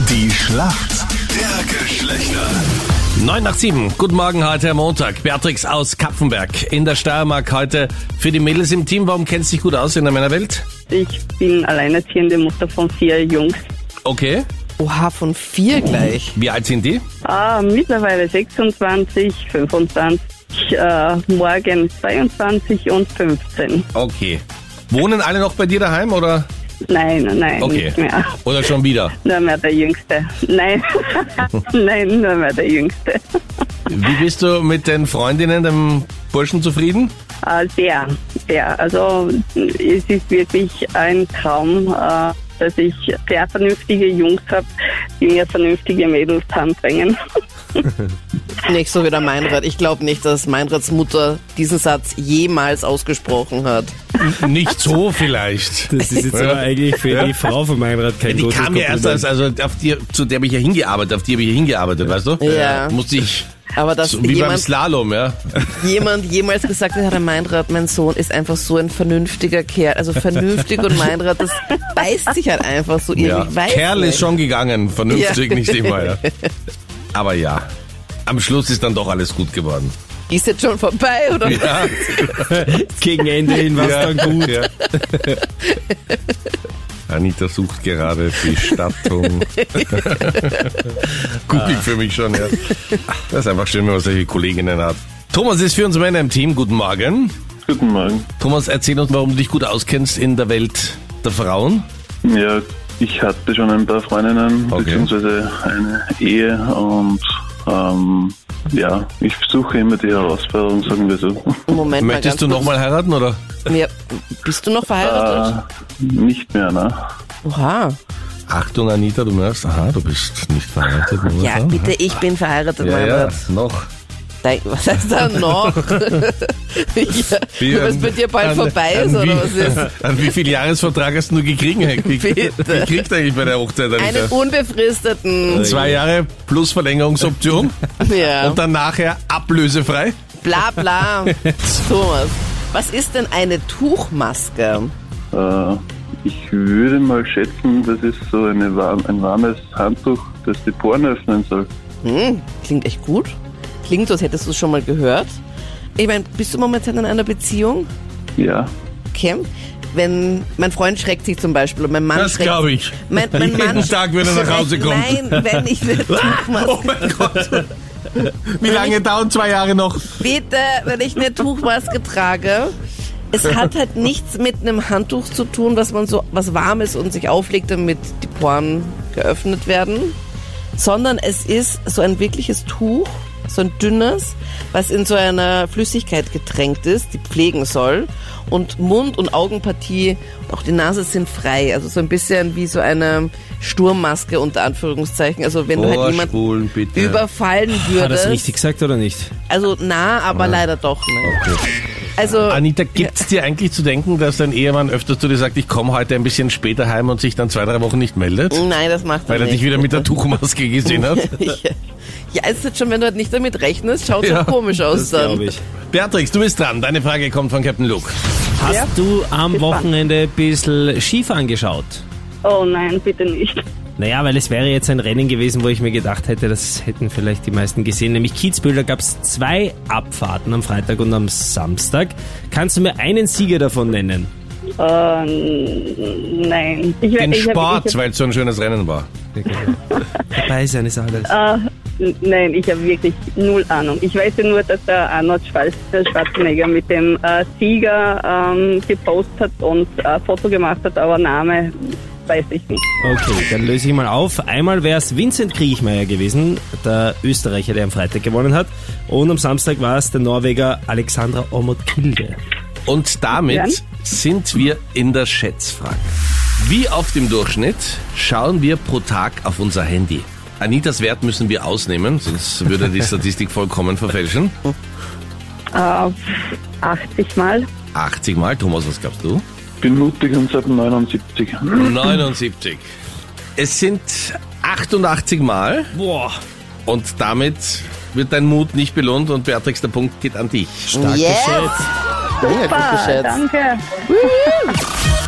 Die Schlacht der Geschlechter. 9 nach 7. Guten Morgen, heute am Montag. Beatrix aus Kapfenberg in der Steiermark heute für die Mädels im Team. Warum kennst du dich gut aus in der Männerwelt? Ich bin alleinerziehende Mutter von 4 Jungs. Okay. Oha, von 4 gleich. Wie alt sind die? Mittlerweile 26, 25, morgen 22 und 15. Okay. Wohnen alle noch bei dir daheim, oder? Nein, Okay. nicht mehr. Oder schon wieder? Nur mehr der Jüngste. Nein, nein, nur mehr der Jüngste. Wie bist du mit den Freundinnen, dem Burschen zufrieden? Sehr. Also es ist wirklich ein Traum, dass ich sehr vernünftige Jungs habe, die mir vernünftige Mädels handbringen. Nicht so wie der Meinrad. Ich glaube nicht, dass Meinrads Mutter diesen Satz jemals ausgesprochen hat. Nicht so vielleicht. Das ist jetzt aber eigentlich für die Frau von Meinrad kein Die gutes kam ja erst Kompliment. auf die, zu der habe ich ja hingearbeitet, weißt du? Ja. Musste ich, Aber dass so, wie beim jemand Slalom, ja. jemals gesagt hat, der Meinrad, mein Sohn ist einfach so ein vernünftiger Kerl. Also vernünftig und Meinrad, das beißt sich halt einfach so irgendwie. Ja. Ich weiß Kerl nicht. ist schon gegangen, vernünftig nicht immer, ja. Aber ja, am Schluss ist dann doch alles gut geworden. Ist jetzt schon vorbei, oder? Ja, Gegen Ende hin war es dann gut. Ja. Anita sucht gerade Bestattung. Google für mich schon, ja. Das ist einfach schön, wenn man solche Kolleginnen hat. Thomas ist für uns Männer im Team. Guten Morgen. Guten Morgen. Thomas, erzähl uns, warum du dich gut auskennst in der Welt der Frauen. Ja, ich hatte schon ein paar Freundinnen, Okay. beziehungsweise eine Ehe und ich suche immer die Herausforderung, sagen wir so. Moment mal, Möchtest ganz du kurz. nochmal heiraten, oder? Ja, bist du noch verheiratet? Nicht mehr, ne? Oha. Achtung, Anita, du merkst, du bist nicht verheiratet. Ja, bitte, ich bin verheiratet, Ja, Meinrad. noch. Was heißt da noch? Ja, was bei dir bald vorbei ist, oder was ist? An wie viel Jahresvertrag hast du gekriegt? Bitte. Gekriegt eigentlich bei der Hochzeit? Einen Anita? unbefristeten. 2 Jahre plus Verlängerungsoption Ja. und dann nachher ablösefrei. Bla bla. Thomas, was ist denn eine Tuchmaske? Ich würde mal schätzen, das ist so ein warmes Handtuch, das die Poren öffnen soll. Klingt echt gut. Klingt, als hättest du es schon mal gehört. Ich meine, bist du momentan in einer Beziehung? Ja. Okay. Wenn mein Freund schreckt sich zum Beispiel und mein Mann Das schreckt glaube ich. Mein Jeden Mann Tag, wenn er nach Hause kommt. Nein, wenn ich eine Tuchmaske. Oh mein Gott. Wie lange dauern 2 Jahre noch? Bitte, wenn ich eine Tuchmaske trage. Es hat halt nichts mit einem Handtuch zu tun, was man so was Warmes und sich auflegt, damit die Poren geöffnet werden, sondern es ist so ein wirkliches Tuch, so ein dünnes, was in so einer Flüssigkeit getränkt ist, die pflegen soll. Und Mund- und Augenpartie und auch die Nase sind frei. Also so ein bisschen wie so eine Sturmmaske unter Anführungszeichen. Also wenn du halt jemanden Vorspulen, bitte. überfallen Hat er würdest. das richtig gesagt oder nicht? Also nah, aber leider doch nicht. Also Anita, gibt's dir eigentlich zu denken, dass dein Ehemann öfters zu dir sagt, ich komme heute ein bisschen später heim und sich dann 2-3 Wochen nicht meldet? nein, das macht er Weil er nicht. dich wieder mit der Tuchmaske gesehen hat? Ja, es ist jetzt schon, wenn du halt nicht damit rechnest, schaut es Ja, halt komisch aus Das dann. glaube ich. Beatrix, du bist dran. Deine Frage kommt von Captain Luke. Hast Ja. du am Gespannt. Wochenende ein bisschen Skifahren geschaut? Oh nein, bitte nicht. Naja, weil es wäre jetzt ein Rennen gewesen, wo ich mir gedacht hätte, das hätten vielleicht die meisten gesehen. Nämlich Kitzbühel, da gab es 2 Abfahrten am Freitag und am Samstag. Kannst du mir einen Sieger davon nennen? Nein. In Sport, weil es so ein schönes Rennen war. Dabei sein ist alles. Nein, ich habe wirklich null Ahnung. Ich weiß ja nur, dass der Arnold Schwarzenegger mit dem Sieger gepostet hat und ein Foto gemacht hat, aber Name weiß ich nicht. Okay, dann löse ich mal auf. Einmal wäre es Vincent Kriechmeier gewesen, der Österreicher, der am Freitag gewonnen hat. Und am Samstag war es der Norweger Alexandra Aamodt Kilde. Und damit Jan? sind wir in der Schätzfrage. Wie oft im Durchschnitt schauen wir pro Tag auf unser Handy? Anitas Wert müssen wir ausnehmen, sonst würde die Statistik vollkommen verfälschen. 80 Mal. 80 Mal. Thomas, was glaubst du? Bin mutig und sage 79. 79. Es sind 88 Mal Boah, und damit wird dein Mut nicht belohnt und Beatrix, der Punkt geht an dich. stark Yes. geschätzt. Ja, gut Super, geschätzt. danke.